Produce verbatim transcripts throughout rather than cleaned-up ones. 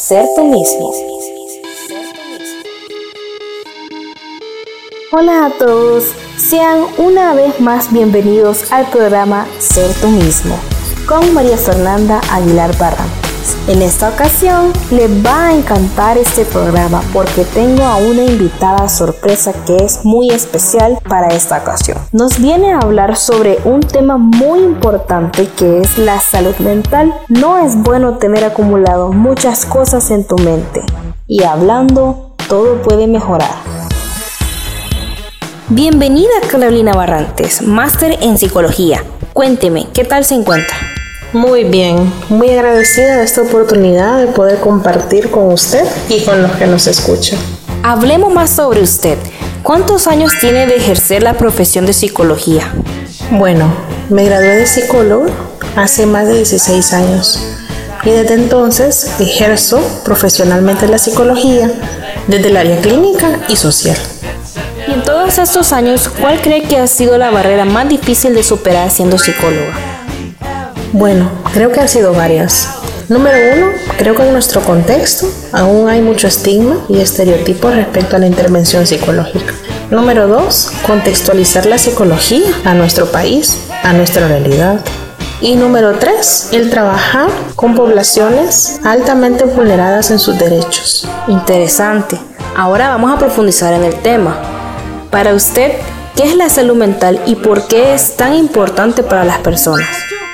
Ser tú mismo. Hola a todos, sean una vez más bienvenidos al programa Ser tú mismo con María Fernanda Aguilar Barrantes. En esta ocasión les va a encantar este programa porque tengo a una invitada sorpresa que es muy especial para esta ocasión. Nos viene a hablar sobre un tema muy importante que es la salud mental. No es bueno tener acumulado muchas cosas en tu mente y hablando todo puede mejorar. Bienvenida Carolina Barrantes, máster en psicología. Cuénteme, ¿qué tal se encuentra? Muy bien, muy agradecida de esta oportunidad de poder compartir con usted y con los que nos escuchan. Hablemos más sobre usted. ¿Cuántos años tiene de ejercer la profesión de psicología? Bueno, me gradué de psicólogo hace más de dieciséis años y desde entonces ejerzo profesionalmente la psicología desde el área clínica y social. Y en todos estos años, ¿cuál cree que ha sido la barrera más difícil de superar siendo psicóloga? Bueno, creo que han sido varias. Número uno, creo que en nuestro contexto aún hay mucho estigma y estereotipos respecto a la intervención psicológica. Número dos, contextualizar la psicología a nuestro país, a nuestra realidad. Y número tres, el trabajar con poblaciones altamente vulneradas en sus derechos. Interesante. Ahora vamos a profundizar en el tema. Para usted, ¿qué es la salud mental y por qué es tan importante para las personas?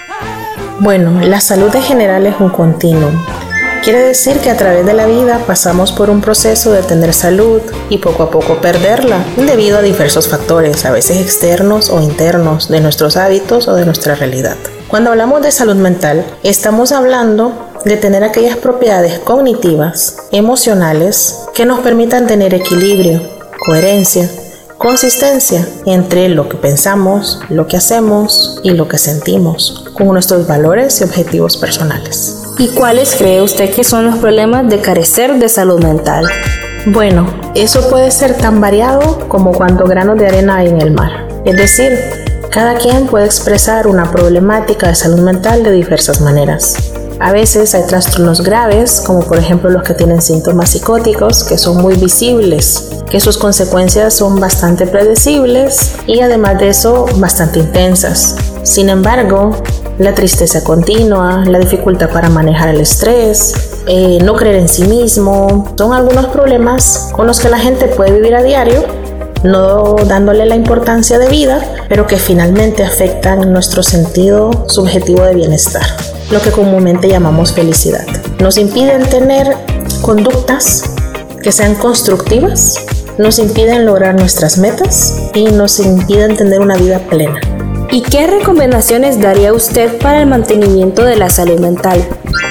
Bueno, la salud en general es un continuum. Quiere decir que a través de la vida pasamos por un proceso de tener salud y poco a poco perderla debido a diversos factores, a veces externos o internos, de nuestros hábitos o de nuestra realidad. Cuando hablamos de salud mental, estamos hablando de tener aquellas propiedades cognitivas, emocionales, que nos permitan tener equilibrio, coherencia, consistencia entre lo que pensamos, lo que hacemos y lo que sentimos, con nuestros valores y objetivos personales. ¿Y cuáles cree usted que son los problemas de carecer de salud mental? Bueno, eso puede ser tan variado como cuántos granos de arena hay en el mar. Es decir, cada quien puede expresar una problemática de salud mental de diversas maneras. A veces hay trastornos graves, como por ejemplo los que tienen síntomas psicóticos, que son muy visibles, que sus consecuencias son bastante predecibles y además de eso bastante intensas. Sin embargo, la tristeza continua, la dificultad para manejar el estrés, eh, no creer en sí mismo, son algunos problemas con los que la gente puede vivir a diario, no dándole la importancia de vida, pero que finalmente afectan nuestro sentido subjetivo de bienestar, lo que comúnmente llamamos felicidad. Nos impiden tener conductas que sean constructivas, nos impiden lograr nuestras metas y nos impiden tener una vida plena. ¿Y qué recomendaciones daría usted para el mantenimiento de la salud mental?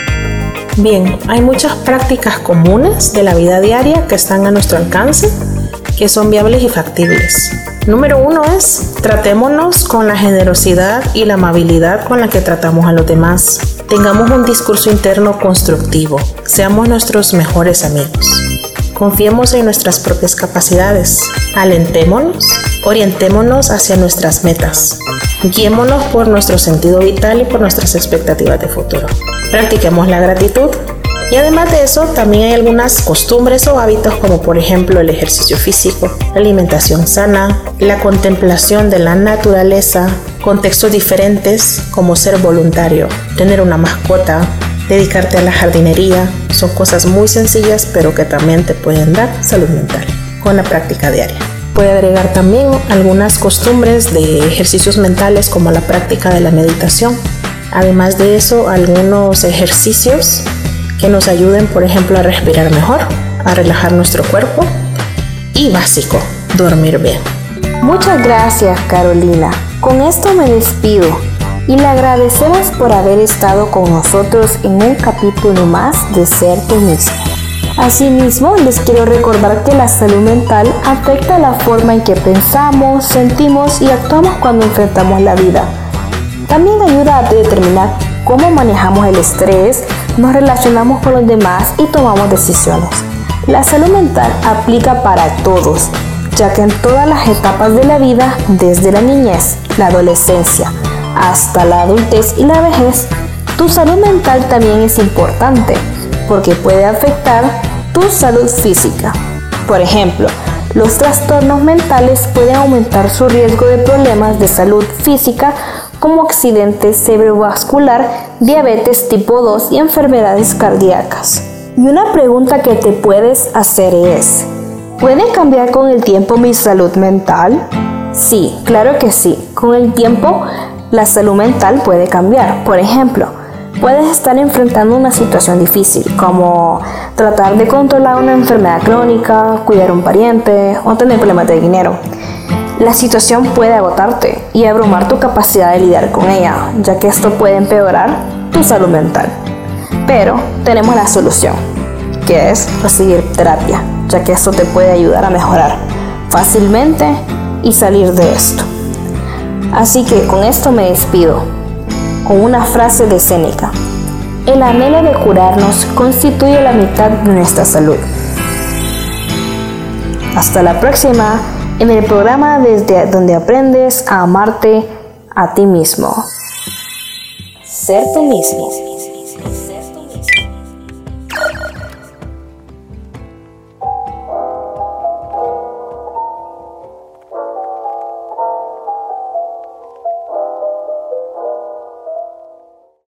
Bien, hay muchas prácticas comunes de la vida diaria que están a nuestro alcance, que son viables y factibles. Número uno es, tratémonos con la generosidad y la amabilidad con la que tratamos a los demás. Tengamos un discurso interno constructivo. Seamos nuestros mejores amigos. Confiemos en nuestras propias capacidades. Alentémonos. Orientémonos hacia nuestras metas. Guiémonos por nuestro sentido vital y por nuestras expectativas de futuro. Practiquemos la gratitud. Y además de eso, también hay algunas costumbres o hábitos como por ejemplo el ejercicio físico, la alimentación sana, la contemplación de la naturaleza, contextos diferentes como ser voluntario, tener una mascota, dedicarte a la jardinería. Son cosas muy sencillas pero que también te pueden dar salud mental con la práctica diaria. Puede agregar también algunas costumbres de ejercicios mentales como la práctica de la meditación. Además de eso, algunos ejercicios que nos ayuden, por ejemplo, a respirar mejor, a relajar nuestro cuerpo y básico, dormir bien. Muchas gracias, Carolina. Con esto me despido y le agradecemos por haber estado con nosotros en un capítulo más de Ser tú mismo. Asimismo, les quiero recordar que la salud mental afecta la forma en que pensamos, sentimos y actuamos cuando enfrentamos la vida. También ayuda a determinar cómo manejamos el estrés, nos relacionamos con los demás y tomamos decisiones. La salud mental aplica para todos, ya que en todas las etapas de la vida, desde la niñez, la adolescencia, hasta la adultez y la vejez, tu salud mental también es importante. porque puede afectar tu salud física. Por ejemplo, los trastornos mentales pueden aumentar su riesgo de problemas de salud física como accidente cerebrovascular, diabetes tipo dos y enfermedades cardíacas. Y una pregunta que te puedes hacer es, ¿puede cambiar con el tiempo mi salud mental? Sí, claro que sí. Con el tiempo, la salud mental puede cambiar. Por ejemplo, puedes estar enfrentando una situación difícil, como tratar de controlar una enfermedad crónica, cuidar a un pariente o tener problemas de dinero. La situación puede agotarte y abrumar tu capacidad de lidiar con ella, ya que esto puede empeorar tu salud mental. Pero tenemos la solución, que es recibir terapia, ya que esto te puede ayudar a mejorar fácilmente y salir de esto. Así que con esto me despido, con una frase de Séneca: el anhelo de curarnos constituye la mitad de nuestra salud. Hasta la próxima en el programa desde donde aprendes a amarte a ti mismo. Ser tú mismo.